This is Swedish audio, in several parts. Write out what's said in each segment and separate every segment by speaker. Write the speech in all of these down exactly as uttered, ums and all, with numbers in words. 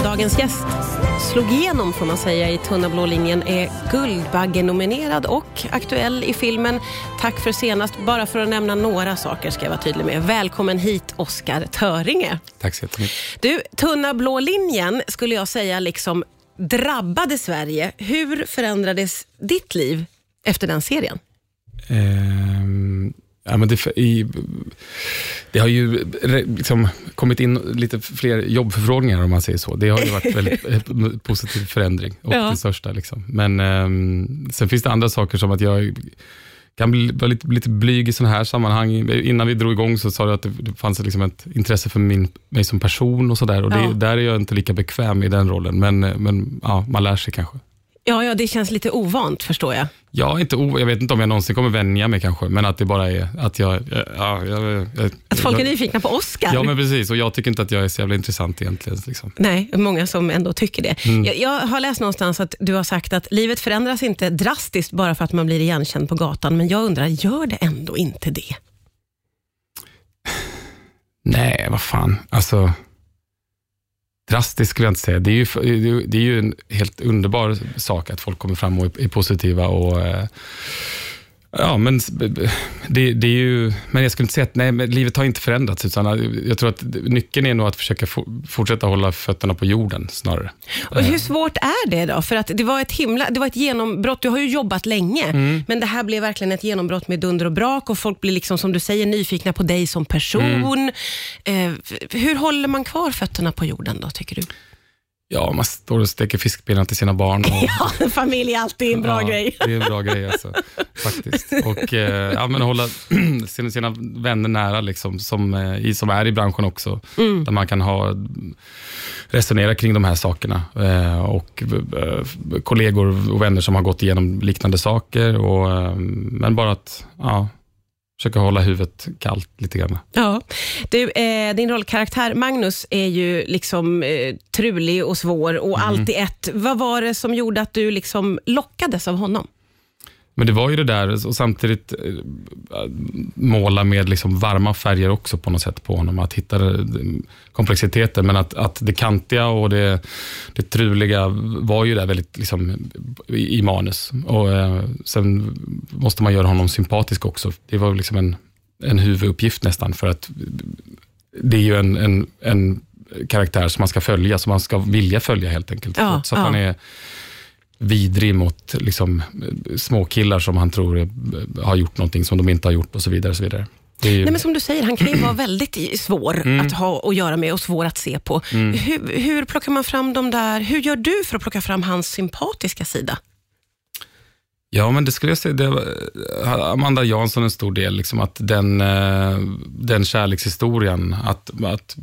Speaker 1: Dagens gäst slog igenom, får man säga, i Tunna blå linjen, är Guldbagge-nominerad och aktuell i filmen Tack för senast. Bara för att nämna några saker ska jag vara tydlig med. Välkommen hit, Oscar Töringe.
Speaker 2: Tack så jättemycket.
Speaker 1: Du, Tunna blå linjen skulle jag säga liksom drabbade Sverige. Hur förändrades ditt liv efter den serien?
Speaker 2: Um... Ja, men det, i, det har ju liksom kommit in lite fler jobbförfrågningar, om man säger så. Det har ju varit väldigt positiv förändring och ja. Det största liksom. Men um, sen finns det andra saker, som att jag kan bli, bli lite, lite blyg i sådana här sammanhang. Innan vi drog igång så sa du att det, det fanns liksom ett intresse för min, mig som person och sådär. Och det, ja. Där är jag inte lika bekväm i den rollen. Men, men ja, man lär sig kanske.
Speaker 1: Ja, ja, det känns lite ovant, förstår jag.
Speaker 2: Ja, inte o- jag vet inte om jag någonsin kommer vänja mig kanske, men att det bara är att jag... Ja, jag, jag
Speaker 1: att folk
Speaker 2: jag,
Speaker 1: är nyfikna på Oscar.
Speaker 2: Ja, men precis. Och jag tycker inte att jag är så jävla intressant egentligen. Liksom.
Speaker 1: Nej, många som ändå tycker det. Mm. Jag, jag har läst någonstans att du har sagt att livet förändras inte drastiskt bara för att man blir igenkänd på gatan. Men jag undrar, gör det ändå inte det? Nej, vad fan. Alltså... Drastiskt skulle jag inte säga. Det är ju, det är ju en helt underbar sak att folk kommer fram och är positiva och ja, men det, det är ju, men jag skulle inte säga att nej, men livet har inte förändrats, utan jag tror att nyckeln är nog att försöka fortsätta hålla fötterna på jorden snarare. Och hur svårt är det då? För att det var ett himla, det var ett genombrott. Du har ju jobbat länge, mm. men det här blev verkligen ett genombrott med dunder och brak, och folk blir liksom, som du säger, nyfikna på dig som person. Mm. Eh, hur håller man kvar fötterna på jorden då, tycker du?
Speaker 2: Ja, man står och steker fiskbenar till sina barn. Och,
Speaker 1: ja, familj är alltid en bra
Speaker 2: ja,
Speaker 1: grej.
Speaker 2: Det är en bra grej alltså, faktiskt. Och eh, ja, men hålla sina, sina vänner nära liksom, som, eh, som är i branschen också. Mm. Där man kan ha resonera kring de här sakerna. Eh, och eh, kollegor och vänner som har gått igenom liknande saker. Och, eh, men bara att... Ja, försöka hålla huvudet kallt lite grann. Ja,
Speaker 1: du, eh, din rollkaraktär Magnus är ju liksom eh, trulig och svår och mm. allt i ett. Vad var det som gjorde att du liksom lockades av honom?
Speaker 2: Men det var ju det där, och samtidigt eh, måla med liksom varma färger också på något sätt på honom. Att hitta komplexiteten, men att, att det kantiga och det, det truliga var ju där väldigt liksom, i, i manus. Och eh, sen måste man göra honom sympatisk också. Det var liksom en, en huvuduppgift nästan, för att det är ju en, en, en karaktär som man ska följa, som man ska vilja följa helt enkelt. Ja, så att ja. Han är vidrig mot liksom, små killar som han tror har gjort någonting som de inte har gjort och så vidare. Och så vidare. Det är ju... Nej,
Speaker 1: men som du säger, han kan ju vara väldigt svår mm. att ha att göra med och svår att se på. Mm. Hur, hur plockar man fram de där? Hur gör du för att plocka fram hans sympatiska sida?
Speaker 2: Ja, men det skulle jag säga, det var Amanda Jansson en stor del, liksom, att den, den kärlekshistorien, att, att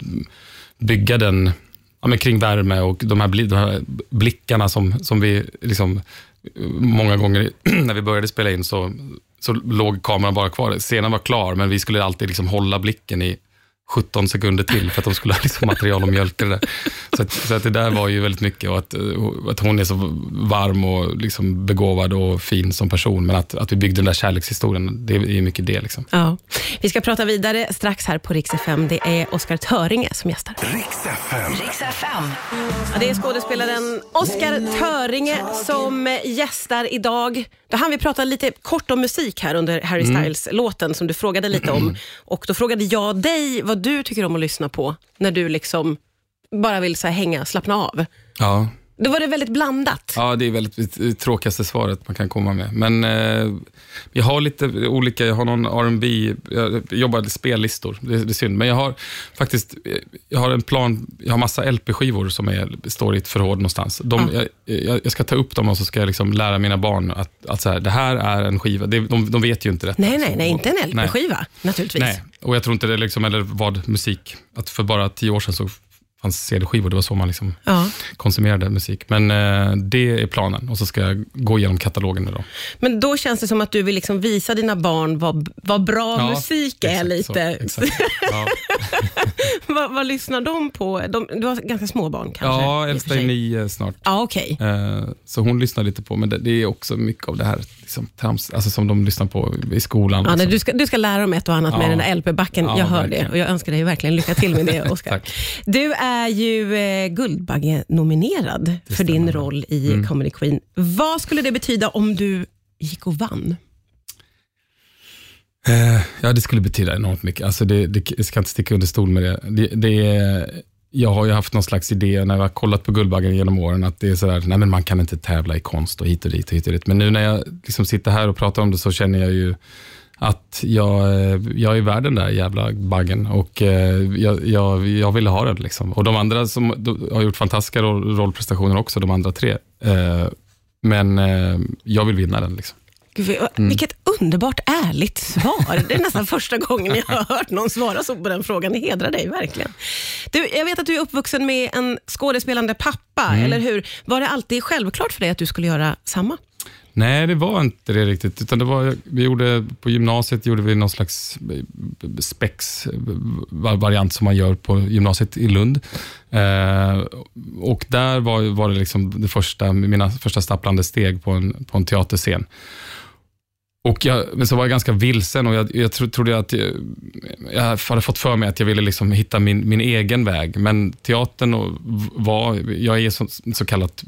Speaker 2: bygga den, ja, men kring värme och de här, de här blickarna som, som vi liksom, många gånger när vi började spela in så, så låg kameran bara kvar. Scenen var klar, men vi skulle alltid liksom hålla blicken i sjutton sekunder till för att de skulle ha liksom material och mjölka det där. Så, att, så att det där var ju väldigt mycket, och att, att hon är så varm och liksom begåvad och fin som person, men att, att vi byggde den där kärlekshistorien, det är mycket det liksom.
Speaker 1: Ja. Vi ska prata vidare strax här på Rix F M. Det är Oscar Töringe som gästar.
Speaker 3: Rix F M. Rix F M.
Speaker 1: Ja, det är skådespelaren Oscar Töringe som gästar idag. Då hann vi prata lite kort om musik här under Harry Styles-låten mm. som du frågade lite om. Och då frågade jag dig vad du tycker om att lyssna på när du liksom bara vill så här hänga, slappna av. Ja. Då var det väldigt blandat.
Speaker 2: Ja, det är väldigt tråkigaste svaret man kan komma med. Men eh, jag har lite olika, jag har någon R and B, jag jobbar med spellistor, det, det är synd. Men jag har faktiskt, jag har en plan, jag har massa L P-skivor som är, står i ett förråd någonstans. De, ja. jag, jag ska ta upp dem och så ska jag liksom lära mina barn att, att så här, det här är en skiva. Det, de, de vet ju inte detta.
Speaker 1: Nej, nej, nej, inte en L P-skiva, naturligtvis.
Speaker 2: Nej, och jag tror inte det liksom, eller vad musik, att för bara tio år sedan så fanns C D-skivor, det var så man liksom ja. konsumerade musik. Men eh, det är planen, och så ska jag gå igenom katalogen nu då.
Speaker 1: Men då känns det som att du vill liksom visa dina barn vad, vad bra ja, musik är exakt, lite. Så, exakt. Ja. vad, vad lyssnar de på? De, du har ganska små barn kanske?
Speaker 2: Ja, äldsta är nio snart.
Speaker 1: Ja, okej. Okay.
Speaker 2: Eh, så hon lyssnar lite på, men det, det är också mycket av det här liksom, trams, alltså som de lyssnar på i skolan.
Speaker 4: Ja,
Speaker 2: liksom.
Speaker 4: du, ska, du ska lära dem ett och annat ja. med den där L P-backen. Ja, jag hör verkligen. det och jag önskar dig verkligen lycka till med det, Oscar. Du är ju eh, Guldbagge-nominerad för din roll i mm. Comedy Queen. Vad skulle det betyda om du gick och vann?
Speaker 2: Eh, ja, det skulle betyda enormt mycket. Alltså det, det, jag ska inte sticka under stol med det. det, det jag har ju haft någon slags idé när jag har kollat på Guldbaggen genom åren att det är sådär, nej men man kan inte tävla i konst och hit och dit och hit och dit. Men nu när jag liksom sitter här och pratar om det så känner jag ju att jag, jag är värd den där jävla baggen och jag, jag, jag ville ha den liksom. Och de andra som de har gjort fantastiska roll, rollprestationer också, de andra tre. Men jag vill vinna den liksom.
Speaker 4: Gud, vilket underbart ärligt svar. Det är nästan första gången jag har hört någon svara så på den frågan. Det hedrar dig verkligen. Du, jag vet att du är uppvuxen med en skådespelande pappa, mm. eller hur? Var det alltid självklart för dig att du skulle göra samma?
Speaker 2: Nej, det var inte det riktigt. Utan det var, vi gjorde, på gymnasiet gjorde vi någon slags spex-variant som man gör på gymnasiet i Lund. Eh, och där var, var det liksom det första, mina första stapplande steg på en, på en teaterscen. Och jag, men så var jag ganska vilsen och jag, jag tro, trodde att jag, jag hade fått för mig att jag ville liksom hitta min, min egen väg. Men teatern var, jag är så, så kallat,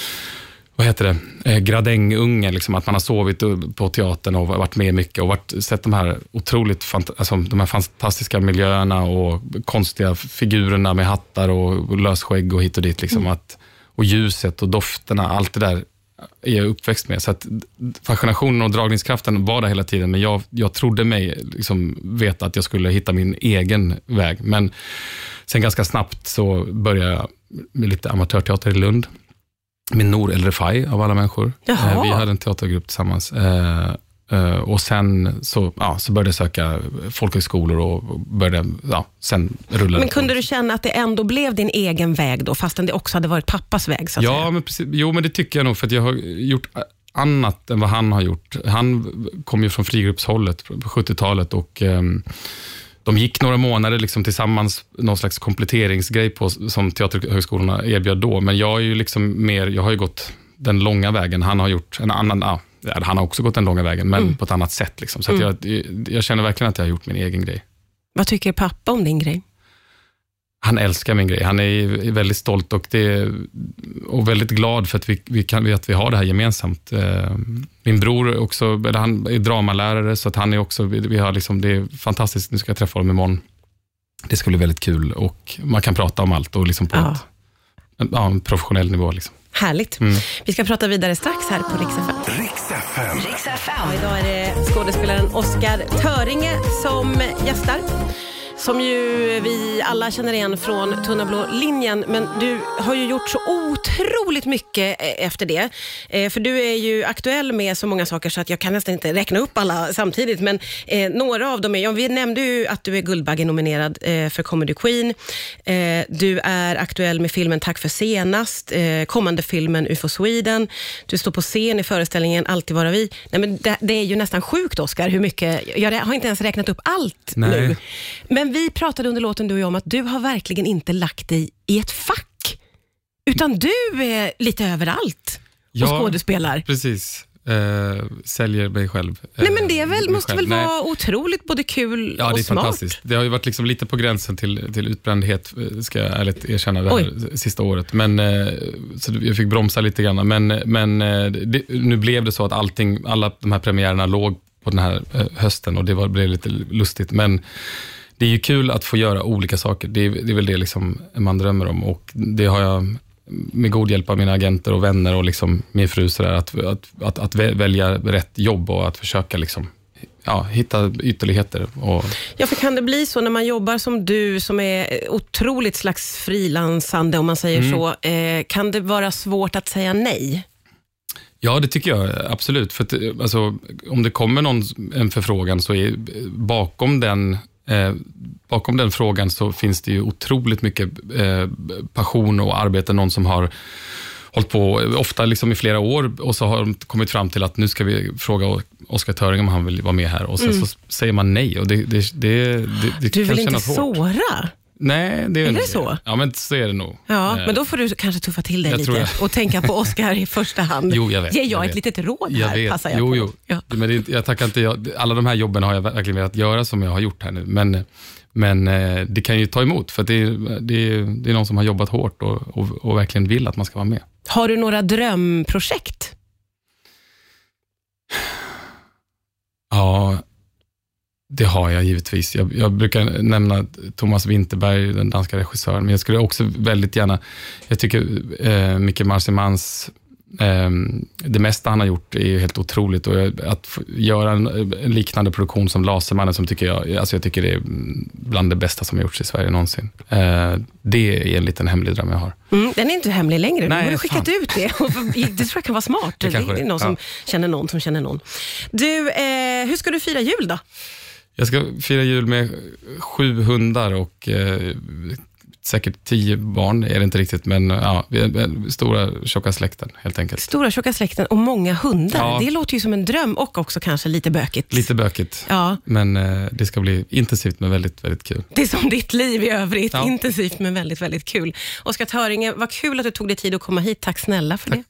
Speaker 2: vad heter det, eh, gradängunge, liksom, att man har sovit på teatern och varit med mycket och varit, sett de här otroligt fant- alltså, de här fantastiska miljöerna och konstiga figurerna med hattar och lösskägg och hit och dit. Liksom, mm. att, och ljuset och dofterna, allt det där är jag uppväxt med. Så att fascinationen och dragningskraften var där hela tiden. Men jag, jag trodde mig liksom veta att jag skulle hitta min egen väg. Men sen ganska snabbt så började jag med lite amatörteater i Lund. Med Nour El Refai av alla människor.
Speaker 4: Jaha.
Speaker 2: Vi hade en teatergrupp tillsammans. Och sen så, ja, så började jag söka folkhögskolor och började, ja, sen rulla.
Speaker 4: Men kunde du känna att det ändå blev din egen väg då, fastän det också hade varit pappas väg så att
Speaker 2: ja,
Speaker 4: säga?
Speaker 2: Men precis, jo, men det tycker jag nog, för att jag har gjort annat än vad han har gjort. Han kom ju från frigruppshållet på sjuttiotalet och um, de gick några månader liksom tillsammans, någon slags kompletteringsgrej på, som teaterhögskolorna erbjöd då. Men jag är ju liksom mer, jag har ju gått den långa vägen. Han har gjort en annan, ja, han har också gått den långa vägen, men mm. på ett annat sätt. Liksom. Så mm. att jag, jag känner verkligen att jag har gjort min egen grej.
Speaker 4: Vad tycker pappa om din grej?
Speaker 2: Han älskar min grej. Han är väldigt stolt och, det, och väldigt glad för att vi, vi, kan, att vi har det här gemensamt. Min bror också, han är dramalärare, så att han är också, vi har liksom, det är fantastiskt. Nu ska jag träffa honom imorgon. Det skulle bli väldigt kul och man kan prata om allt och liksom på ja. ett, ja, en professionell nivå. Liksom.
Speaker 4: Härligt. Mm. Vi ska prata vidare strax här på Rix F M.
Speaker 3: Rix F M. Rix F M.
Speaker 4: Ja, idag är det skådespelaren Oscar Töringe som gästar. Som ju vi alla känner igen från Tunna blå linjen. Men du har ju gjort så otroligt mycket efter det. För du är ju aktuell med så många saker så att jag kan nästan inte räkna upp alla samtidigt. Men eh, några av dem är, ja, vi nämnde ju att du är Guldbagge-nominerad eh, för Comedy Queen. Eh, du är aktuell med filmen Tack för senast. Eh, kommande filmen U F O Sweden. Du står på scen i föreställningen Alltid vara vi. Nej, men det, det är ju nästan sjukt, Oscar, hur mycket. Jag har inte ens räknat upp allt Nej. nu. Men vi pratade under låten du och jag om att du har verkligen inte lagt dig i ett fack. Utan du är lite överallt och ja, skådespelar.
Speaker 2: Precis. Eh, säljer mig själv.
Speaker 4: Nej, men det är väl, måste själv. väl Nej. vara otroligt både kul
Speaker 2: ja,
Speaker 4: och
Speaker 2: det är
Speaker 4: smart.
Speaker 2: Fantastiskt. Det har ju varit liksom lite på gränsen till, till utbrändhet, ska jag ärligt erkänna, det här Oj. sista året. Men, eh, så jag fick bromsa lite grann. Men, men eh, det, nu blev det så att allting, alla de här premiärerna låg på den här eh, hösten och det var, blev lite lustigt. Men det är ju kul att få göra olika saker. Det är, det är väl det liksom man drömmer om. Och det har jag med god hjälp av mina agenter och vänner och liksom min fru så där, att, att, att, att välja rätt jobb och att försöka liksom, ja, hitta ytterligheter. Och
Speaker 4: ja, för kan det bli så när man jobbar som du, som är otroligt slags frilansande om man säger mm. så, eh, kan det vara svårt att säga nej?
Speaker 2: Ja, det tycker jag absolut. För att, alltså, om det kommer någon, en förfrågan så är bakom den Eh, bakom den frågan så finns det ju otroligt mycket eh, passion och arbete. Någon som har hållit på ofta liksom i flera år och så har de kommit fram till att nu ska vi fråga Oscar Töringe om han vill vara med här och sen mm. så säger man nej och det, det, det, det, det
Speaker 4: du
Speaker 2: kan
Speaker 4: vill inte
Speaker 2: kännas hårt.
Speaker 4: såra?
Speaker 2: Nej, det är,
Speaker 4: är
Speaker 2: nog
Speaker 4: det så?
Speaker 2: Ja, men så är det nog.
Speaker 4: Ja,
Speaker 2: eh.
Speaker 4: men då får du kanske tuffa till dig
Speaker 2: Jag
Speaker 4: lite
Speaker 2: tror jag.
Speaker 4: och tänka på Oscar i första hand.
Speaker 2: Jo, jag vet.
Speaker 4: Ger jag,
Speaker 2: jag
Speaker 4: ett
Speaker 2: vet.
Speaker 4: litet råd
Speaker 2: jag
Speaker 4: här?
Speaker 2: vet.
Speaker 4: Passar jag
Speaker 2: jo,
Speaker 4: på?
Speaker 2: jo.
Speaker 4: Ja.
Speaker 2: Men det, jag tackar inte, jag, alla de här jobben har jag verkligen velat göra som jag har gjort här nu. Men, men eh, det kan ju ta emot för att det, är, det, är, det är någon som har jobbat hårt och, och, och verkligen vill att man ska vara med.
Speaker 4: Har du några drömprojekt?
Speaker 2: Ja, det har jag givetvis. Jag, jag brukar nämna Thomas Winterberg, den danska regissören, men jag skulle också väldigt gärna, jag tycker eh, Micke Marsimans, eh, det mesta han har gjort är ju helt otroligt, och jag, att f- göra en, en liknande produktion som Lasermannen, som tycker jag, alltså jag tycker det är bland det bästa som har gjorts i Sverige någonsin. Eh, det är en liten hemlig dröm jag har.
Speaker 4: Mm, den är inte hemlig längre.
Speaker 2: Nej,
Speaker 4: Nu har du skickat
Speaker 2: fan.
Speaker 4: ut det. Det tror jag kan vara smart.
Speaker 2: Det
Speaker 4: Det,
Speaker 2: kanske
Speaker 4: det är
Speaker 2: det.
Speaker 4: någon som
Speaker 2: Ja.
Speaker 4: känner någon som känner någon. Du, eh, hur ska du fira jul då?
Speaker 2: Jag ska fira jul med sju hundar och eh, säkert tio barn, är det inte riktigt, men ja, vi är stora tjocka släkten helt enkelt.
Speaker 4: Stora tjocka släkten och många hundar.
Speaker 2: Ja.
Speaker 4: Det låter ju som en dröm och också kanske lite bökigt.
Speaker 2: Lite bökigt,
Speaker 4: Ja,
Speaker 2: men eh, det ska bli intensivt men väldigt, väldigt kul.
Speaker 4: det är som ditt liv i övrigt.
Speaker 2: Ja.
Speaker 4: Intensivt men väldigt, väldigt kul. Oskar Töringe, vad kul att du tog dig tid att komma hit. Tack snälla för det.